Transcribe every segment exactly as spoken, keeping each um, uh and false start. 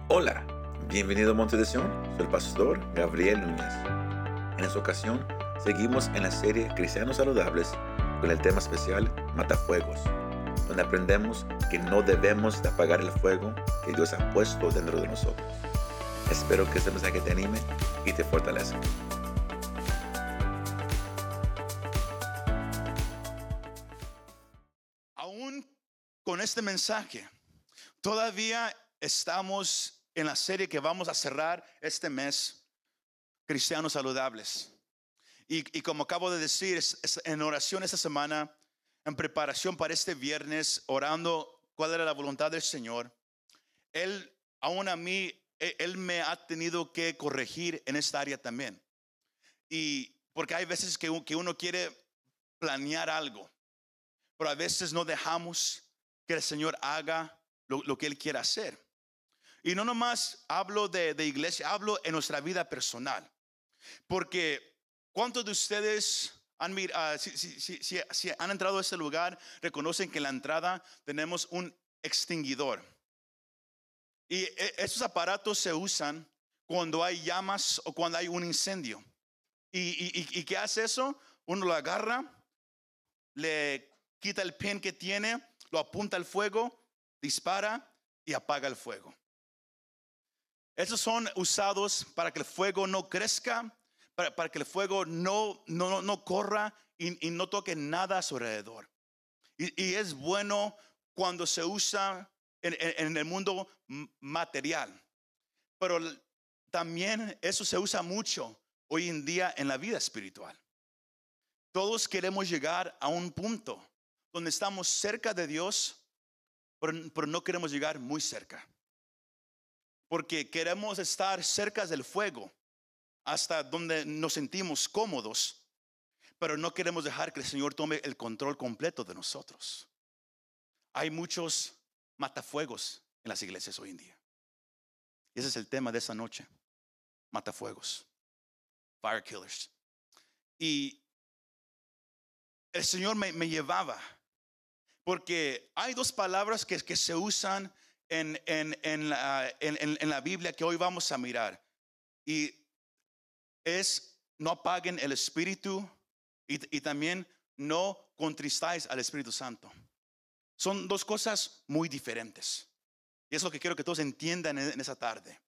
Hola, bienvenido a Monte de Sion, soy el pastor Gabriel Núñez. En esta ocasión, seguimos en la serie Cristianos Saludables con el tema especial Matafuegos, donde aprendemos que no debemos de apagar el fuego que Dios ha puesto dentro de nosotros. Espero que este mensaje te anime y te fortalezca. Aún con este mensaje, todavía estamos en la serie que vamos a cerrar este mes, Cristianos Saludables. Y, y como acabo de decir, es, es en oración esta semana, en preparación para este viernes, orando cuál era la voluntad del Señor. Él, aún a mí, él, él me ha tenido que corregir en esta área también. Y porque hay veces que, que uno quiere planear algo, pero a veces no dejamos que el Señor haga lo, lo que Él quiere hacer. Y no nomás hablo de, de iglesia, hablo en nuestra vida personal. Porque ¿cuántos de ustedes han, uh, si, si, si, si, si han entrado a este lugar, reconocen que en la entrada tenemos un extinguidor? Y esos aparatos se usan cuando hay llamas o cuando hay un incendio. ¿Y, y, y qué hace eso? Uno lo agarra, le quita el pin que tiene, lo apunta al fuego, dispara y apaga el fuego. Esos son usados para que el fuego no crezca, para, para que el fuego no, no, no corra y, y no toque nada a su alrededor. Y, y es bueno cuando se usa en, en, en el mundo material. Pero también eso se usa mucho hoy en día en la vida espiritual. Todos queremos llegar a un punto donde estamos cerca de Dios, pero, pero no queremos llegar muy cerca. Porque queremos estar cerca del fuego, hasta donde nos sentimos cómodos, pero no queremos dejar que el Señor tome el control completo de nosotros. Hay muchos matafuegos en las iglesias hoy en día. Y ese es el tema de esta noche. Matafuegos. Fire killers. Y el Señor me, me llevaba, porque hay dos palabras que, que se usan en, en, en, la, en, en la Biblia que hoy vamos a mirar. Y es: no apaguen el Espíritu, y, y también no contristáis al Espíritu Santo. Son dos cosas muy diferentes. Y es lo que quiero que todos entiendan en, en esa tarde.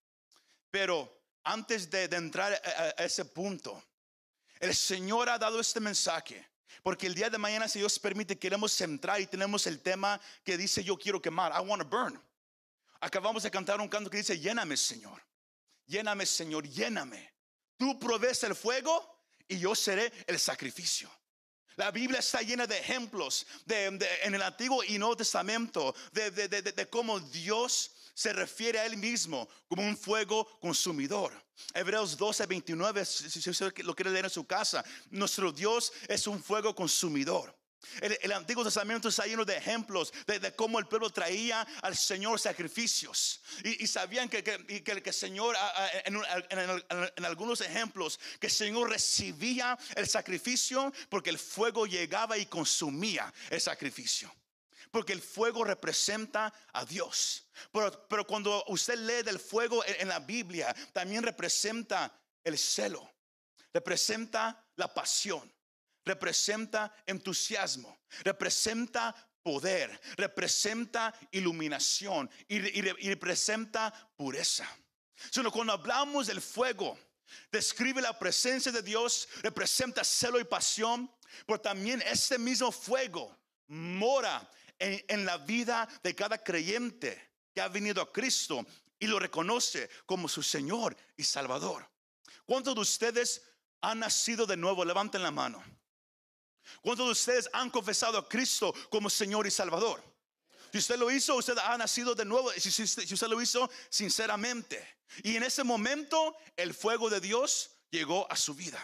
Pero antes de, de entrar a, a ese punto, el Señor ha dado este mensaje, porque el día de mañana, si Dios permite, queremos entrar y tenemos el tema que dice: yo quiero quemar, I want to burn. Acabamos de cantar un canto que dice: lléname, Señor, lléname, Señor, lléname. Tú provees el fuego y yo seré el sacrificio. La Biblia está llena de ejemplos de, de, en el Antiguo y Nuevo Testamento de, de, de, de, de cómo Dios se refiere a Él mismo como un fuego consumidor. Hebreos doce veintinueve, si usted lo quiere leer en su casa, nuestro Dios es un fuego consumidor. El, el Antiguo Testamento está lleno de ejemplos de, de cómo el pueblo traía al Señor sacrificios. Y, y sabían que, que, que, que el Señor, en, en, en, en algunos ejemplos, que el Señor recibía el sacrificio porque el fuego llegaba y consumía el sacrificio. Porque el fuego representa a Dios. Pero, pero cuando usted lee del fuego en, en la Biblia, también representa el celo, representa la pasión, representa entusiasmo, representa poder, representa iluminación y, y, y representa pureza. Sino cuando hablamos del fuego, describe la presencia de Dios, representa celo y pasión, pero también este mismo fuego mora en, en la vida de cada creyente que ha venido a Cristo y lo reconoce como su Señor y Salvador. ¿Cuántos de ustedes han nacido de nuevo? Levanten la mano. ¿Cuántos de ustedes han confesado a Cristo como Señor y Salvador? Si usted lo hizo, usted ha nacido de nuevo. Si, si, si usted lo hizo sinceramente. Y en ese momento el fuego de Dios llegó a su vida.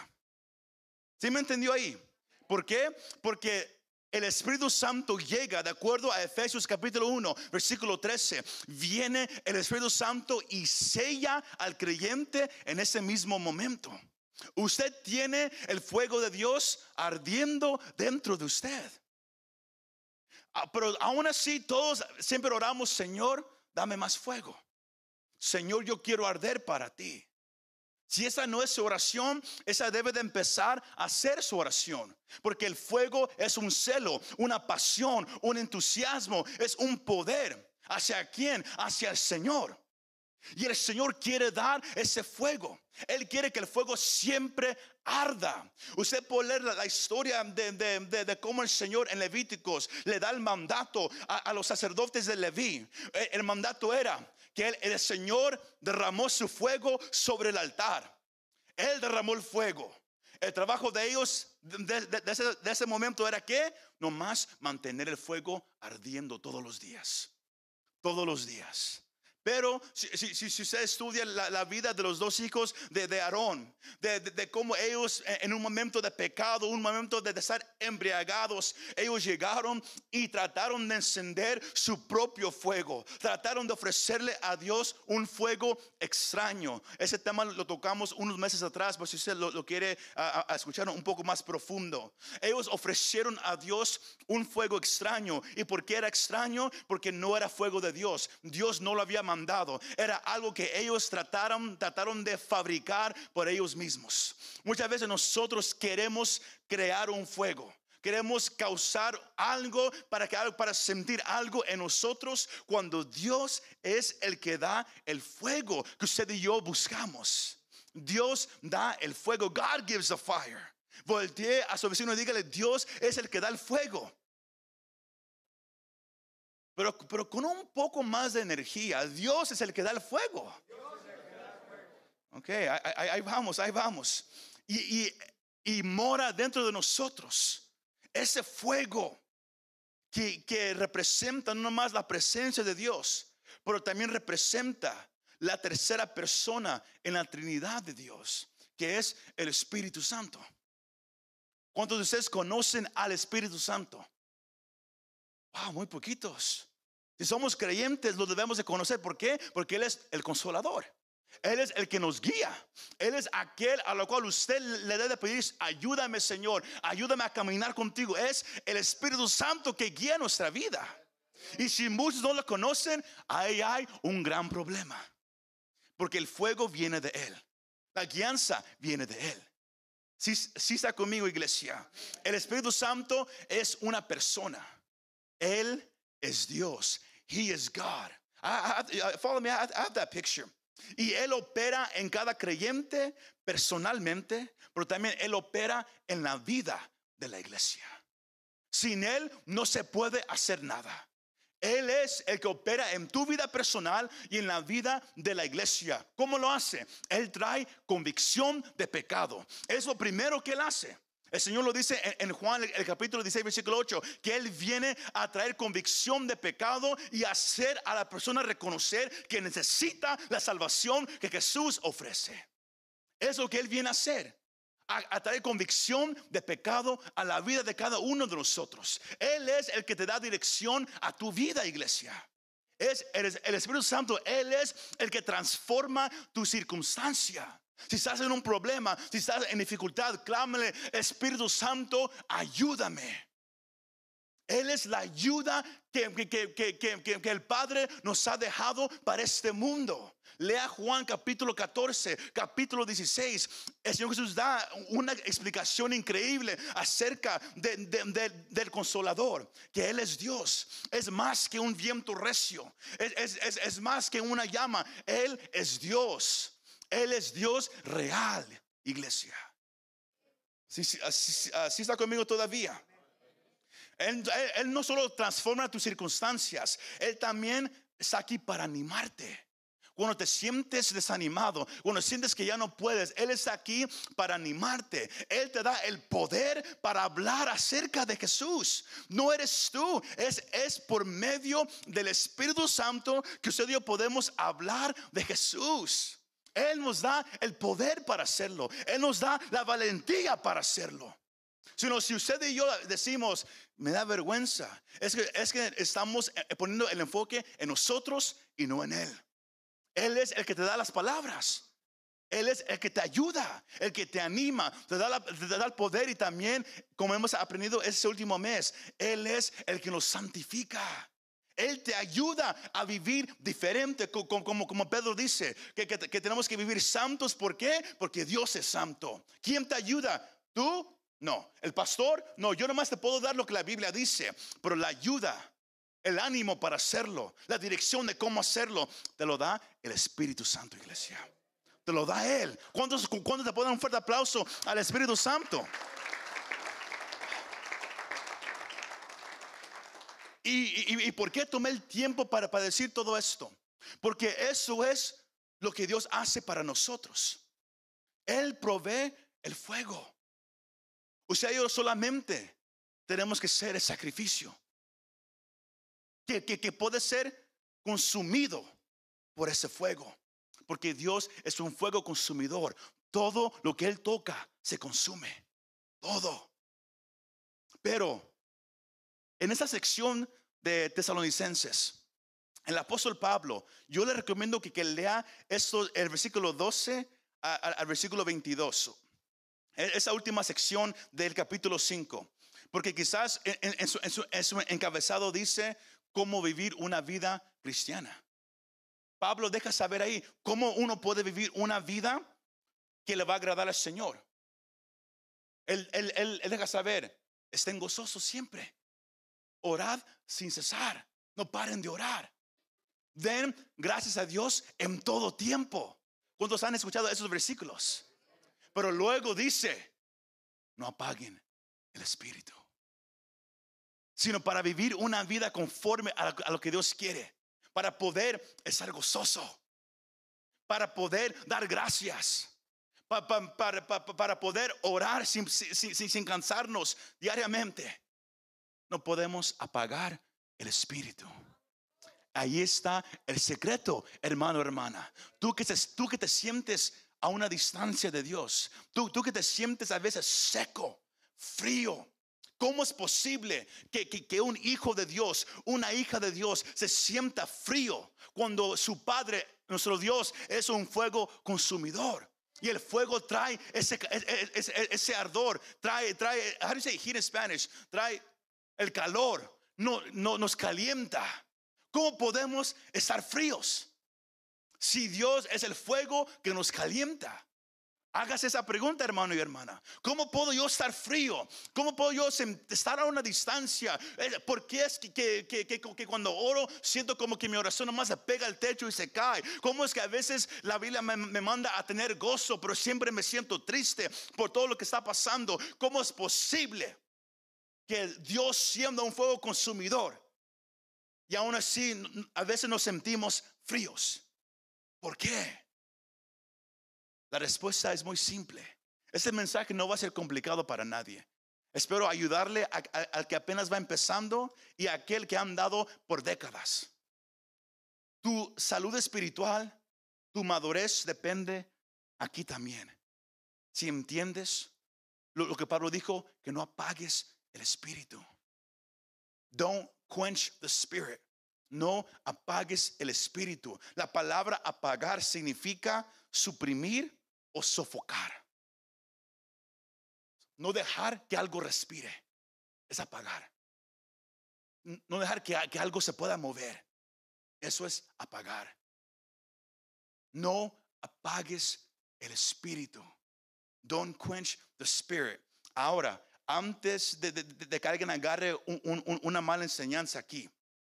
¿Sí me entendió ahí? ¿Por qué? Porque el Espíritu Santo llega, de acuerdo a Efesios capítulo uno, versículo trece. Viene el Espíritu Santo y sella al creyente en ese mismo momento. Usted tiene el fuego de Dios ardiendo dentro de usted. Pero aún así todos siempre oramos: Señor, dame más fuego. Señor, yo quiero arder para ti. Si esa no es su oración, esa debe de empezar a ser su oración. Porque el fuego es un celo, una pasión, un entusiasmo, es un poder. ¿Hacia quién? Hacia el Señor. Y el Señor quiere dar ese fuego. Él quiere que el fuego siempre arda. Usted puede leer la, la historia de, de, de, de cómo el Señor en Levíticos le da el mandato a, a los sacerdotes de Leví. El, el mandato era que él, el Señor derramó su fuego sobre el altar. Él derramó el fuego. El trabajo de ellos de, de, de, ese, de ese momento era que nomás mantener el fuego ardiendo todos los días. Todos los días. Pero si, si, si usted estudia la, la vida de los dos hijos de, de Aarón, de, de, de cómo ellos en un momento de pecado, un momento de estar embriagados, ellos llegaron y trataron de encender su propio fuego. Trataron de ofrecerle a Dios un fuego extraño. Ese tema lo tocamos unos meses atrás, pero si usted lo, lo quiere a, a escuchar un poco más profundo. Ellos ofrecieron a Dios un fuego extraño. ¿Y por qué era extraño? Porque no era fuego de Dios. Dios no lo había mandado. Era algo que ellos trataron, trataron de fabricar por ellos mismos. Muchas veces nosotros queremos crear un fuego. Queremos causar algo para, que, para sentir algo en nosotros, cuando Dios es el que da el fuego que usted y yo buscamos. Dios da el fuego. God gives the fire. Voltee a su vecino y dígale: Dios es el que da el fuego. Pero, pero con un poco más de energía. Dios es el que da el fuego. Ok, ahí, ahí, ahí vamos, ahí vamos. Y, y, y mora dentro de nosotros ese fuego que, que representa no más la presencia de Dios, pero también representa la tercera persona en la Trinidad de Dios, que es el Espíritu Santo. ¿Cuántos de ustedes conocen al Espíritu Santo? Wow, muy poquitos. Si somos creyentes, lo debemos de conocer. ¿Por qué? Porque Él es el consolador. Él es el que nos guía. Él es aquel a lo cual usted le debe pedir: ayúdame, Señor, ayúdame a caminar contigo. Es el Espíritu Santo que guía nuestra vida. Y si muchos no lo conocen, ahí hay un gran problema. Porque el fuego viene de Él. La guianza viene de Él. Si sí, sí está conmigo, iglesia. El Espíritu Santo es una persona. Él es Dios. He is God. I, I, follow me. I, I have that picture. Y Él opera en cada creyente personalmente, pero también Él opera en la vida de la iglesia. Sin Él no se puede hacer nada. Él es el que opera en tu vida personal y en la vida de la iglesia. ¿Cómo lo hace? Él trae convicción de pecado. Es lo primero que Él hace. El Señor lo dice en, en Juan el, el capítulo dieciséis versículo ocho, que Él viene a traer convicción de pecado y hacer a la persona reconocer que necesita la salvación que Jesús ofrece. Es lo que Él viene a hacer, a, a traer convicción de pecado a la vida de cada uno de nosotros. Él es el que te da dirección a tu vida, iglesia. Es el, el Espíritu Santo. Él es el que transforma tu circunstancia. Si estás en un problema, si estás en dificultad, clámale: Espíritu Santo, ayúdame. Él es la ayuda que, que, que, que, que, que el Padre nos ha dejado para este mundo. Lea Juan capítulo catorce, capítulo dieciséis. El Señor Jesús da una explicación increíble acerca de, de, de, del Consolador, que Él es Dios. Es más que un viento recio, es, es, es, es más que una llama. Él es Dios. Él es Dios real, iglesia. Si sí, sí, sí, sí está conmigo todavía. Él, él, él no solo transforma tus circunstancias, Él también está aquí para animarte. Cuando te sientes desanimado, cuando sientes que ya no puedes, Él está aquí para animarte. Él te da el poder para hablar acerca de Jesús. No eres tú, es, es por medio del Espíritu Santo que usted y yo podemos hablar de Jesús. Él nos da el poder para hacerlo. Él nos da la valentía para hacerlo. Sino si usted y yo decimos: me da vergüenza, es que, es que estamos poniendo el enfoque en nosotros y no en Él. Él es el que te da las palabras. Él es el que te ayuda, el que te anima, te da, la, te da el poder. Y también, como hemos aprendido este último mes, Él es el que nos santifica. Él te ayuda a vivir diferente, como, como, como Pedro dice, que, que, que tenemos que vivir santos. ¿Por qué? Porque Dios es santo. ¿Quién te ayuda? ¿Tú? No. ¿El pastor? No, yo nomás te puedo dar lo que la Biblia dice, pero la ayuda, el ánimo para hacerlo, la dirección de cómo hacerlo, te lo da el Espíritu Santo, iglesia. Te lo da Él. ¿Cuántos, cuántos te pueden dar un fuerte aplauso al Espíritu Santo? ¿Y, y, y por qué tomé el tiempo para, para decir todo esto? Porque eso es lo que Dios hace para nosotros. Él provee el fuego. O sea, yo solamente tenemos que ser el sacrificio que, que, que puede ser consumido por ese fuego. Porque Dios es un fuego consumidor. Todo lo que Él toca se consume. Todo. Pero en esta sección de Tesalonicenses, el apóstol Pablo, yo le recomiendo que, que lea esto, el versículo doce al versículo veintidós. Esa última sección del capítulo cinco. Porque quizás en, en, su, en, su, en su encabezado dice cómo vivir una vida cristiana. Pablo deja saber ahí cómo uno puede vivir una vida que le va a agradar al Señor. Él, él, él, él deja saber, estén gozosos siempre. Orad sin cesar. No paren de orar. Den gracias a Dios en todo tiempo. ¿Cuántos han escuchado esos versículos? Pero luego dice, no apaguen el espíritu, sino para vivir una vida conforme a lo que Dios quiere, para poder estar gozoso, para poder dar gracias, para, para, para, para poder orar sin, sin, sin cansarnos diariamente. No podemos apagar el espíritu. Ahí está el secreto, hermano, hermana. Tú que te, tú que te sientes a una distancia de Dios, tú, tú que te sientes a veces seco, frío. ¿Cómo es posible que, que, que un hijo de Dios, una hija de Dios se sienta frío cuando su Padre, nuestro Dios, es un fuego consumidor? Y el fuego trae ese, ese, ese ardor, trae, trae, how do you say heat in Spanish? Trae el calor, no, no, nos calienta. ¿Cómo podemos estar fríos si Dios es el fuego que nos calienta? Hágase esa pregunta, hermano y hermana. ¿Cómo puedo yo estar frío? ¿Cómo puedo yo estar a una distancia? ¿Por qué es que, que, que, que, que cuando oro siento como que mi oración nomás se pega al techo y se cae? ¿Cómo es que a veces la Biblia me, me manda a tener gozo, pero siempre me siento triste por todo lo que está pasando? ¿Cómo es posible que Dios, siendo un fuego consumidor, y aún así a veces nos sentimos fríos? ¿Por qué? La respuesta es muy simple. Este mensaje no va a ser complicado para nadie. Espero ayudarle al que apenas va empezando y a aquel que ha andado por décadas. Tu salud espiritual, tu madurez depende aquí también. Si entiendes lo, lo que Pablo dijo, que no apagues el espíritu. Don't quench the spirit. No apagues el espíritu. La palabra apagar significa suprimir o sofocar. No dejar que algo respire, es apagar. No dejar que, que algo se pueda mover, eso es apagar. No apagues el espíritu. Don't quench the spirit. Ahora, antes de, de, de que alguien agarre un, un, una mala enseñanza aquí,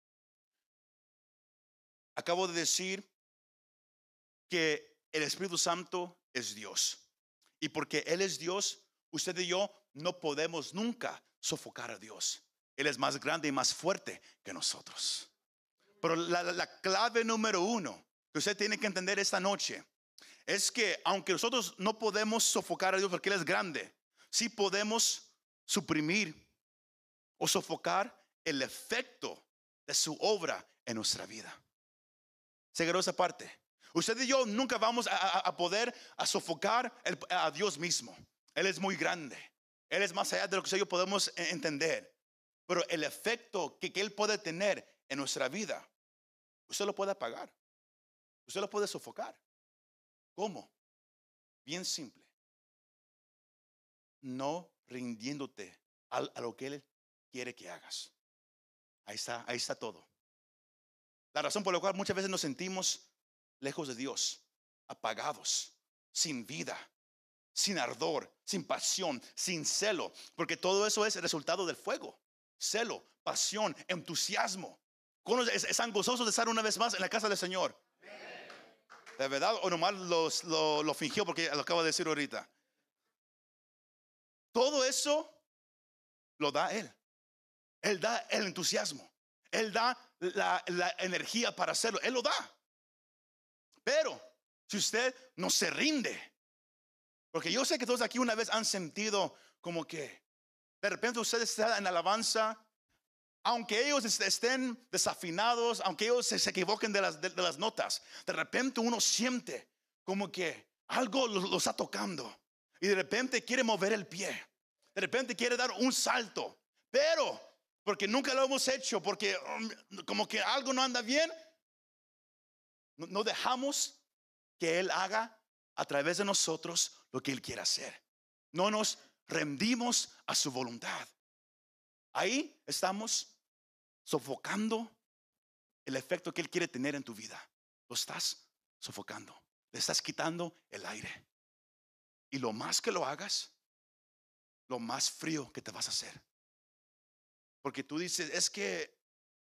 acabo de decir que el Espíritu Santo es Dios. Y porque Él es Dios, usted y yo no podemos nunca sofocar a Dios. Él es más grande y más fuerte que nosotros. Pero la, la clave número uno que usted tiene que entender esta noche es que aunque nosotros no podemos sofocar a Dios porque Él es grande, sí podemos suprimir o sofocar el efecto de su obra en nuestra vida. ¿Se agarró esa parte? Usted y yo nunca vamos a, a, a poder a sofocar el, a Dios mismo. Él es muy grande. Él es más allá de lo que yo podemos entender. Pero el efecto que, que Él puede tener en nuestra vida, usted lo puede apagar. Usted lo puede sofocar. ¿Cómo? Bien simple. No rindiéndote a, a lo que Él quiere que hagas. Ahí está, ahí está todo. La razón por la cual muchas veces nos sentimos lejos de Dios, apagados, sin vida, sin ardor, sin pasión, sin celo, porque todo eso es el resultado del fuego. Celo, pasión, entusiasmo. ¿Cuándo están gozosos de estar una vez más en la casa del Señor? ¿De verdad? ¿O nomás los, lo, lo fingió porque lo acabo de decir ahorita? Todo eso lo da Él. Él da el entusiasmo. Él da la, la energía para hacerlo. Él lo da. Pero si usted no se rinde, porque yo sé que todos aquí una vez han sentido como que de repente usted está en alabanza, aunque ellos estén desafinados, aunque ellos se, se equivoquen de las, de, de las notas, de repente uno siente como que algo lo, lo está tocando y de repente quiere mover el pie, de repente quiere dar un salto, pero porque nunca lo hemos hecho, porque um, como que algo no anda bien, no, no dejamos que Él haga a través de nosotros lo que Él quiere hacer. No nos rendimos a su voluntad. Ahí estamos sofocando el efecto que Él quiere tener en tu vida. Lo estás sofocando. Le estás quitando el aire. Y lo más que lo hagas, lo más frío que te vas a hacer. Porque tú dices, es que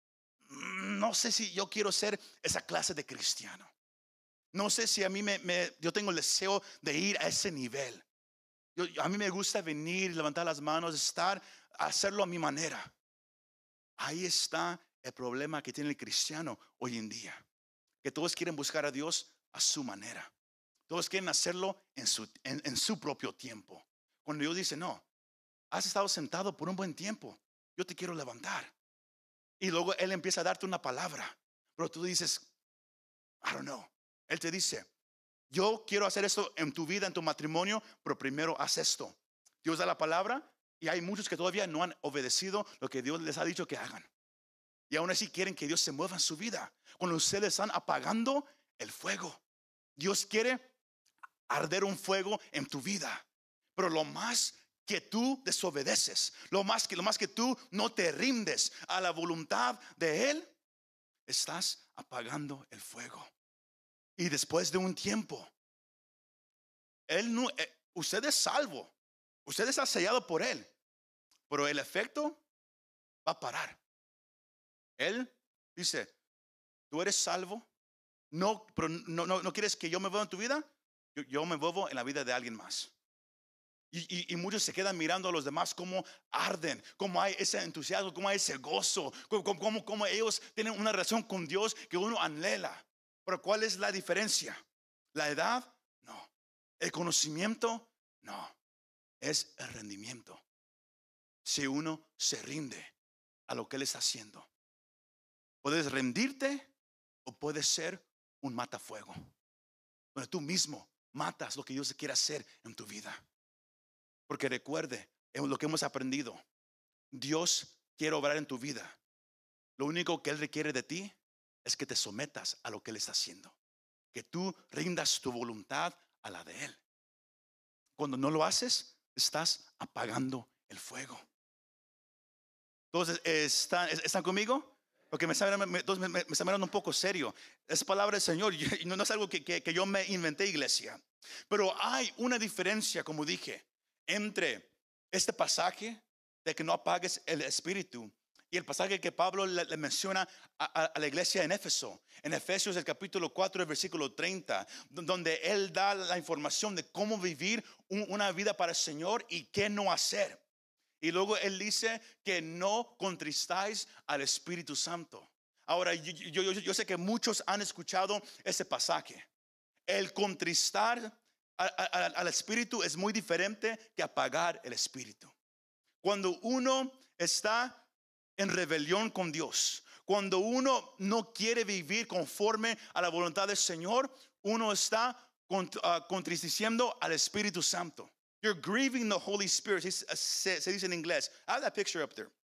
no sé si yo quiero ser esa clase de cristiano. No sé si a mí me, me yo tengo el deseo de ir a ese nivel. Yo, a mí me gusta venir, levantar las manos, estar, hacerlo a mi manera. Ahí está el problema que tiene el cristiano hoy en día. Que todos quieren buscar a Dios a su manera. Todos quieren hacerlo en su, en, en su propio tiempo. Cuando Dios dice, no, has estado sentado por un buen tiempo, yo te quiero levantar. Y luego Él empieza a darte una palabra. Pero tú dices, I don't know. Él te dice, yo quiero hacer esto en tu vida, en tu matrimonio, pero primero haz esto. Dios da la palabra y hay muchos que todavía no han obedecido lo que Dios les ha dicho que hagan. Y aún así quieren que Dios se mueva en su vida. Cuando ustedes están apagando el fuego, Dios quiere arder un fuego en tu vida. Pero lo más que tú desobedeces, lo más que, lo más que tú no te rindes a la voluntad de Él, estás apagando el fuego. Y después de un tiempo, él no, eh, usted es salvo, usted está sellado por Él, pero el efecto va a parar. Él dice, tú eres salvo, no, pero no, no, no quieres que yo me vuelva en tu vida, yo, yo me vuelvo en la vida de alguien más. Y, y, y muchos se quedan mirando a los demás cómo arden, cómo hay ese entusiasmo, cómo hay ese gozo, cómo, cómo, cómo ellos tienen una relación con Dios que uno anhela. Pero ¿cuál es la diferencia? ¿La edad? No. ¿El conocimiento? No. Es el rendimiento. Si uno se rinde a lo que Él está haciendo. Puedes rendirte o puedes ser un matafuego, donde tú mismo matas lo que Dios quiere hacer en tu vida. Porque recuerde lo que hemos aprendido. Dios quiere obrar en tu vida. Lo único que Él requiere de ti es que te sometas a lo que Él está haciendo. Que tú rindas tu voluntad a la de Él. Cuando no lo haces, estás apagando el fuego. Entonces, ¿están, están conmigo? Porque me está, me, me, me, me está mirando un poco serio. Es palabra del Señor. No, no es algo que, que, que yo me inventé, iglesia. Pero hay una diferencia, como dije, entre este pasaje de que no apagues el espíritu y el pasaje que Pablo le, le menciona a, a, a la iglesia en Éfeso, en Efesios el capítulo cuatro, el versículo treinta, donde él da la información de cómo vivir un, una vida para el Señor y qué no hacer. Y luego él dice que no contristáis al Espíritu Santo. Ahora, yo, yo, yo, yo sé que muchos han escuchado ese pasaje. El contristar al, al, al Espíritu es muy diferente que apagar el Espíritu. Cuando uno está en rebelión con Dios, cuando uno no quiere vivir conforme a la voluntad del Señor, uno está cont, uh, contristiciendo al Espíritu Santo. You're grieving the Holy Spirit. Se, se dice en inglés. I have that picture up there.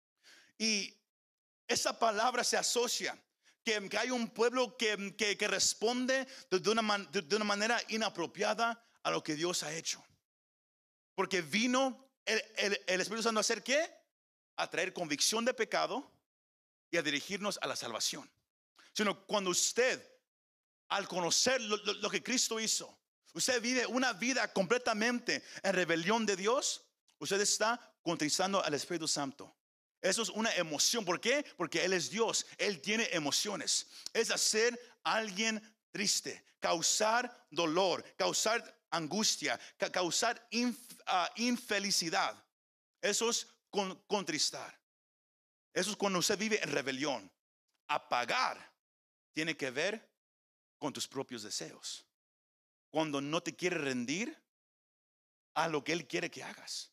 Y esa palabra se asocia que, que hay un pueblo que, que, que responde de, de, una man, de, de una manera inapropiada a lo que Dios ha hecho. Porque vino el, el, el Espíritu Santo a hacer ¿qué? A traer convicción de pecado y a dirigirnos a la salvación. sino cuando usted, al conocer lo, lo, lo que Cristo hizo, usted vive una vida completamente en rebelión de Dios, usted está contristando al Espíritu Santo. Eso es una emoción. ¿Por qué? Porque Él es Dios. Él tiene emociones. Es hacer a alguien triste, causar dolor, causar angustia, ca causar inf uh, infelicidad. Eso es con contristar. Eso es cuando usted vive en rebelión. Apagar tiene que ver con tus propios deseos. Cuando no te quiere rendir a lo que Él quiere que hagas.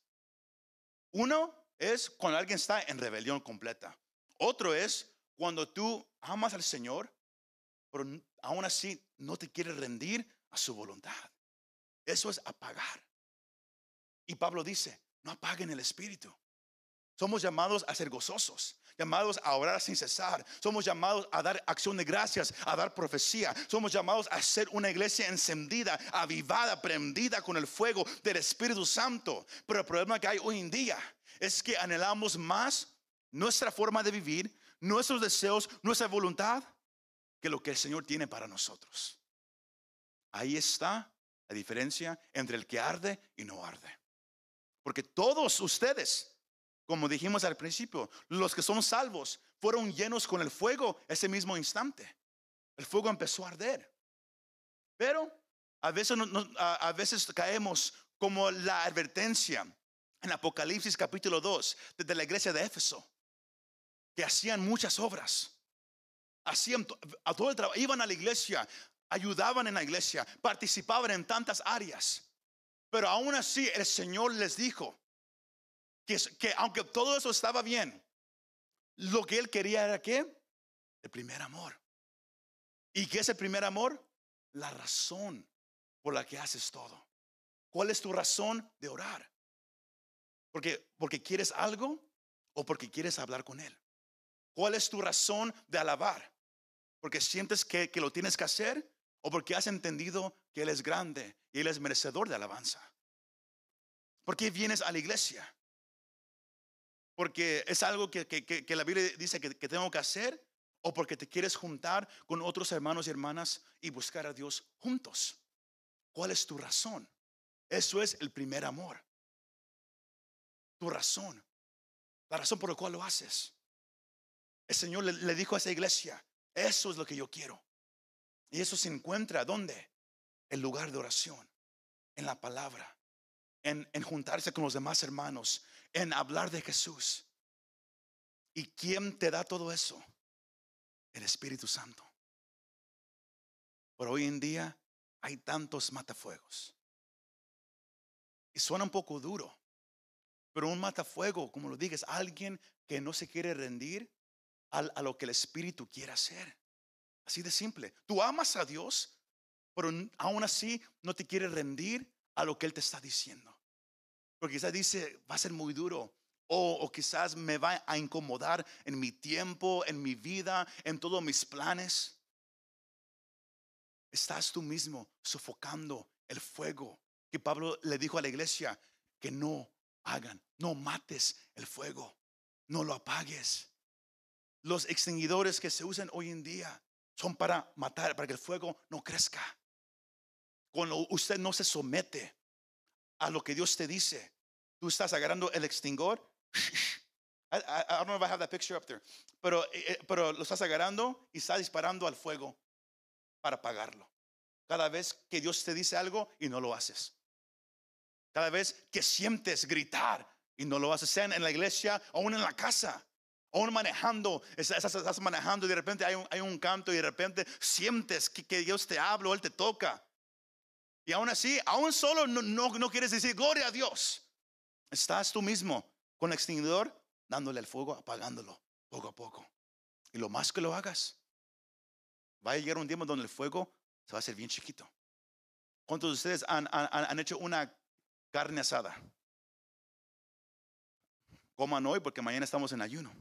Uno es cuando alguien está en rebelión completa. Otro es cuando tú amas al Señor, pero aún así no te quieres rendir a su voluntad. Eso es apagar. Y Pablo dice, no apaguen el espíritu. Somos llamados a ser gozosos, llamados a orar sin cesar. Somos llamados a dar acción de gracias, a dar profecía. Somos llamados a ser una iglesia encendida, avivada, prendida con el fuego del Espíritu Santo. Pero el problema que hay hoy en día es que anhelamos más nuestra forma de vivir, nuestros deseos, nuestra voluntad, que lo que el Señor tiene para nosotros. Ahí está la diferencia entre el que arde y no arde. Porque todos ustedes, como dijimos al principio, los que son salvos fueron llenos con el fuego ese mismo instante. El fuego empezó a arder. Pero a veces, no, no, a, a veces caemos como la advertencia en Apocalipsis capítulo dos desde la iglesia de Éfeso, que hacían muchas obras, hacían a todo el trabajo, iban a la iglesia, ayudaban en la iglesia, participaban en tantas áreas, pero aún así el Señor les dijo que, que aunque todo eso estaba bien, lo que Él quería era ¿qué? El primer amor. ¿Y qué es el primer amor? La razón por la que haces todo. ¿Cuál es tu razón de orar? Porque, porque quieres algo o porque quieres hablar con Él. ¿Cuál es tu razón de alabar? Porque sientes que, que lo tienes que hacer o porque has entendido que Él es grande y Él es merecedor de alabanza. ¿Por qué vienes a la iglesia? Porque es algo que, que, que, que la Biblia dice que, que tengo que hacer, o porque te quieres juntar con otros hermanos y hermanas y buscar a Dios juntos. ¿Cuál es tu razón? Eso es el primer amor. Tu razón, la razón por la cual lo haces. El Señor le, le dijo a esa iglesia, eso es lo que yo quiero. Y eso se encuentra ¿dónde? El lugar de oración, en la palabra, en, en juntarse con los demás hermanos, en hablar de Jesús. ¿Y quién te da todo eso? El Espíritu Santo. Pero hoy en día hay tantos matafuegos. Y suena un poco duro, pero un matafuego, como lo digas, alguien que no se quiere rendir a, a lo que el Espíritu quiere hacer. Así de simple. Tú amas a Dios, pero aún así no te quieres rendir a lo que Él te está diciendo. Porque quizás dice, va a ser muy duro. O, o quizás me va a incomodar en mi tiempo, en mi vida, en todos mis planes. Estás tú mismo sofocando el fuego que Pablo le dijo a la iglesia que no hagan. No mates el fuego, no lo apagues. Los extinguidores que se usan hoy en día son para matar, para que el fuego no crezca. Cuando usted no se somete a lo que Dios te dice, tú estás agarrando el extinguidor. I, I, I don't know if I have that picture up there. Pero, eh, pero lo estás agarrando y estás disparando al fuego para apagarlo. Cada vez que Dios te dice algo y no lo haces. Cada vez que sientes gritar y no lo haces, sea en la iglesia o aún en la casa, aún manejando, estás, estás manejando y de repente hay un, hay un canto y de repente sientes que, que Dios te habla o Él te toca. Y aún así, aún solo no, no, no quieres decir gloria a Dios. Estás tú mismo con el extinguidor dándole el fuego, apagándolo poco a poco. Y lo más que lo hagas, va a llegar un tiempo donde el fuego se va a hacer bien chiquito. ¿Cuántos de ustedes han, han, han hecho una carne asada? Coman hoy porque mañana estamos en ayuno.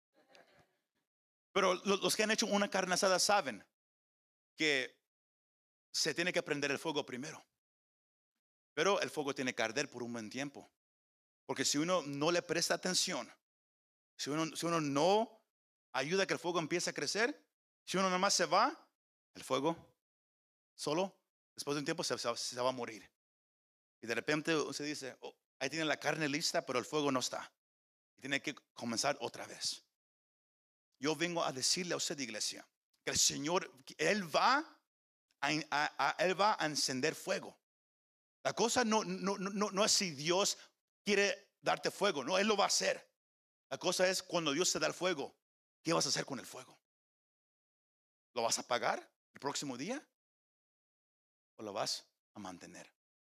Pero los que han hecho una carne asada saben que se tiene que prender el fuego primero. Pero el fuego tiene que arder por un buen tiempo. Porque si uno no le presta atención, si uno, si uno no ayuda a que el fuego empiece a crecer, Si uno nomás se va, el fuego solo, después de un tiempo se, se- se va a morir. Y de repente usted dice, "Oh, ahí tiene la carne lista, pero el fuego no está. Y tiene que comenzar otra vez." Yo vengo a decirle a usted, iglesia, que el Señor, Él va a, a- a- Él va a encender fuego. La cosa no, no, no, no es si Dios quiere darte fuego, no, Él lo va a hacer. La cosa es cuando Dios te da el fuego, ¿qué vas a hacer con el fuego? ¿Lo vas a apagar el próximo día o lo vas a mantener?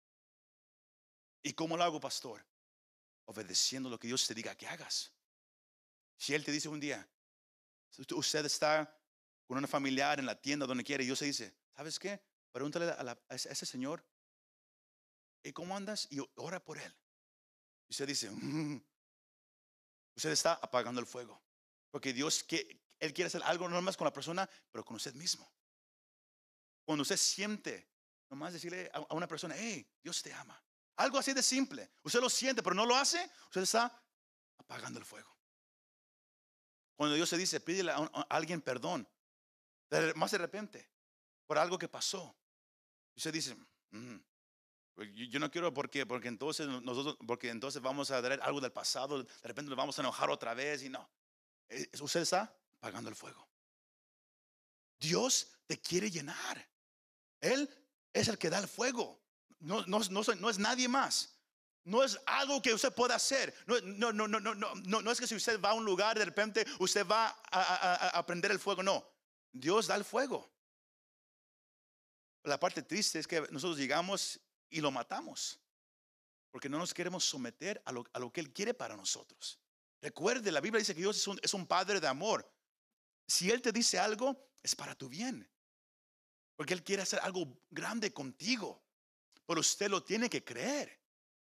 ¿Y cómo lo hago, pastor? Obedeciendo lo que Dios te diga que hagas. Si Él te dice un día, usted está con una familiar en la tienda donde quiere, y Dios se dice, ¿sabes qué? Pregúntale a, la, a ese, a ese señor, ¿y cómo andas? Y ora por él. Y usted dice, "Mm". Usted está apagando el fuego. Porque Dios, que Él quiere hacer algo no más con la persona, pero con usted mismo. Cuando usted siente, nomás decirle a, a una persona, hey, Dios te ama. Algo así de simple. Usted lo siente, pero no lo hace, usted está apagando el fuego. Cuando Dios se dice, pídele a, un- a alguien perdón, de- más de repente, por algo que pasó. Y usted dice, "Mm, pues yo, yo no quiero porque, porque entonces nosotros, porque entonces vamos a traer algo del pasado, de repente nos vamos a enojar otra vez y no. Eh, Usted está apagando el fuego. Dios te quiere llenar. Él es el que da el fuego. No, no, no, soy- no es nadie más. No es algo que usted pueda hacer. No, no, no, no, no, no, no, no es que si usted va a un lugar de repente usted va a, a- a- a prender el fuego. No, Dios da el fuego. La parte triste es que nosotros llegamos y lo matamos porque no nos queremos someter a lo, a lo que Él quiere para nosotros. Recuerde, la Biblia dice que Dios es un, es un Padre de amor. Si Él te dice algo, es para tu bien. Porque Él quiere hacer algo grande contigo. Pero usted lo tiene que creer.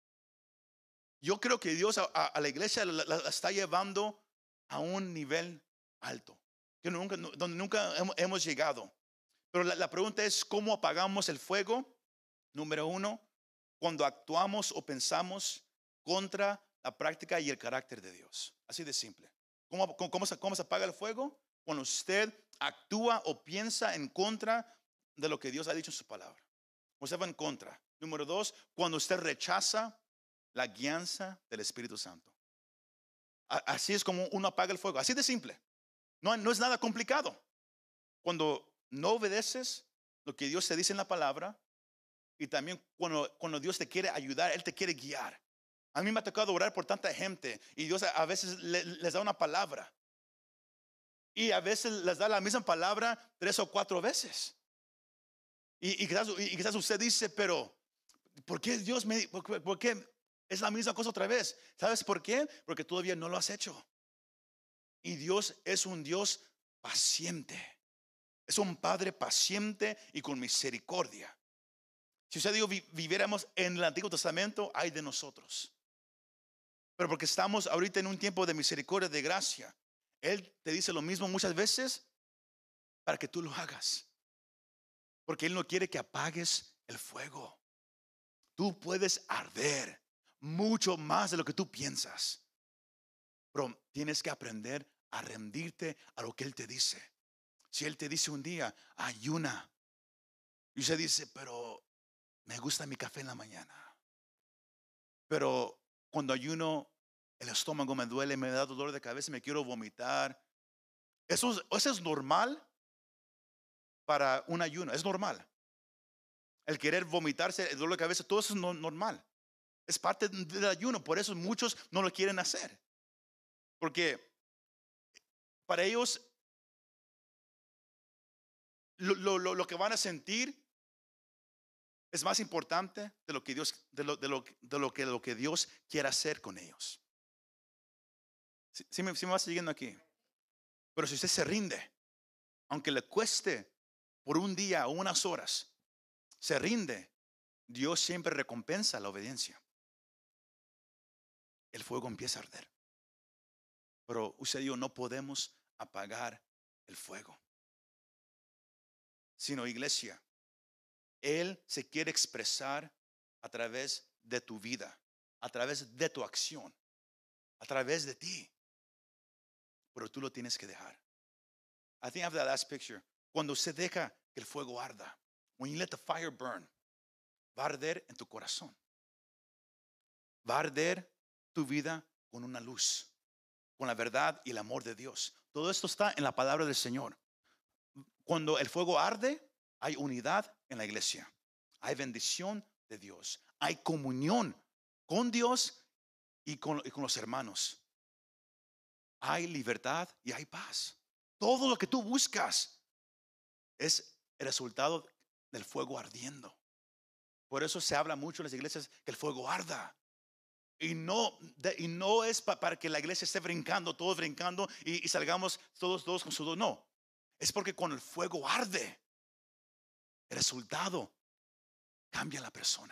Yo creo que Dios a, a- a la iglesia la, la- la está llevando a un nivel alto, que nunca, no- donde nunca hemos, hemos llegado. Pero la, la pregunta es, ¿cómo apagamos el fuego? Número uno, cuando actuamos o pensamos contra la práctica y el carácter de Dios. Así de simple. ¿Cómo, cómo, cómo se, cómo se apaga el fuego? Cuando usted actúa o piensa en contra de lo que Dios ha dicho en su palabra. Usted va en contra. Número dos, cuando usted rechaza la guianza del Espíritu Santo. A- Así es como uno apaga el fuego. Así de simple. No, no es nada complicado. Cuando no obedeces lo que Dios te dice en la palabra y también cuando, cuando Dios te quiere ayudar, Él te quiere guiar. A mí me ha tocado orar por tanta gente y Dios a, a veces le- les da una palabra y a veces les da la misma palabra tres o cuatro veces. Y, y quizás, y quizás usted dice, pero ¿por qué Dios me, por, qué- por qué es la misma cosa otra vez? ¿Sabes por qué? Porque todavía no lo has hecho. Y Dios es un Dios paciente. Es un Padre paciente y con misericordia. Si usted dijo, vi- viviéramos en el Antiguo Testamento, hay de nosotros. Pero porque estamos ahorita en un tiempo de misericordia, de gracia, Él te dice lo mismo muchas veces para que tú lo hagas. Porque Él no quiere que apagues el fuego. Tú puedes arder mucho más de lo que tú piensas. Pero tienes que aprender a rendirte a lo que Él te dice. Si Él te dice un día, ayuna. Y usted dice, pero me gusta mi café en la mañana. Pero cuando ayuno, el estómago me duele, me da dolor de cabeza, me quiero vomitar. Eso es, eso es normal para un ayuno. Es normal. El querer vomitarse, el dolor de cabeza, todo eso es no- normal. Es parte del ayuno. Por eso muchos no lo quieren hacer. Porque para ellos lo, lo- lo- lo que van a sentir es más importante de lo que Dios, de lo, de lo, de lo que, lo que Dios quiere hacer con ellos. Si ¿Sí, sí me, sí me va siguiendo aquí? Pero si usted se rinde, aunque le cueste por un día o unas horas, se rinde, Dios siempre recompensa la obediencia. El fuego empieza a arder. Pero usted y yo no podemos apagar el fuego. Sino, iglesia, Él se quiere expresar a través de tu vida, a través de tu acción, a través de ti. Pero tú lo tienes que dejar. I think I have that last picture. Cuando usted deja que el fuego arda, when you let the fire burn, va a arder en tu corazón. Va a arder tu vida con una luz, con la verdad y el amor de Dios. Todo esto está en la palabra del Señor. Cuando el fuego arde, hay unidad en la iglesia. Hay bendición de Dios. Hay comunión con Dios y con, y con los hermanos. Hay libertad y hay paz. Todo lo que tú buscas es el resultado del fuego ardiendo. Por eso se habla mucho en las iglesias que el fuego arda. Y no, de, y no es pa, para que la iglesia esté brincando, todos brincando y, y salgamos todos, todos con sudor. No, es porque cuando el fuego arde, el resultado cambia a la persona.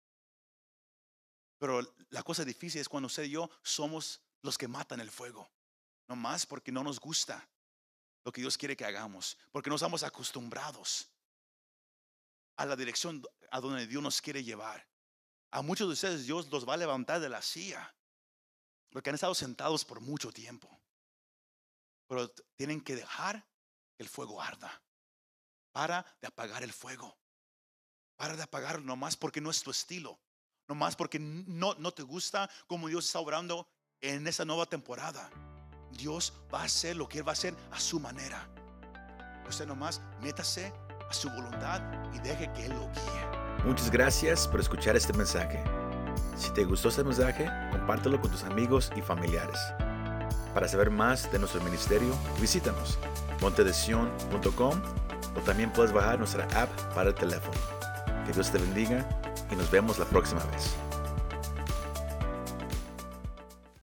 Pero la cosa difícil es cuando usted y yo somos los que matan el fuego. No más porque no nos gusta lo que Dios quiere que hagamos, porque no estamos acostumbrados a la dirección a donde Dios nos quiere llevar. A muchos de ustedes Dios los va a levantar de la silla porque han estado sentados por mucho tiempo, pero tienen que dejar que el fuego arda. Para de apagar el fuego. Para de apagarlo nomás porque no es tu estilo, nomás porque no, no te gusta como Dios está obrando en esta nueva temporada. Dios va a hacer lo que Él va a hacer a su manera. Usted nomás métase a su voluntad y deje que Él lo guíe. Muchas gracias por escuchar este mensaje. Si te gustó este mensaje, compártelo con tus amigos y familiares. Para saber más de nuestro ministerio, visítanos monte de sion punto com o también puedes bajar nuestra app para el teléfono. Que Dios te bendiga y nos vemos la próxima vez.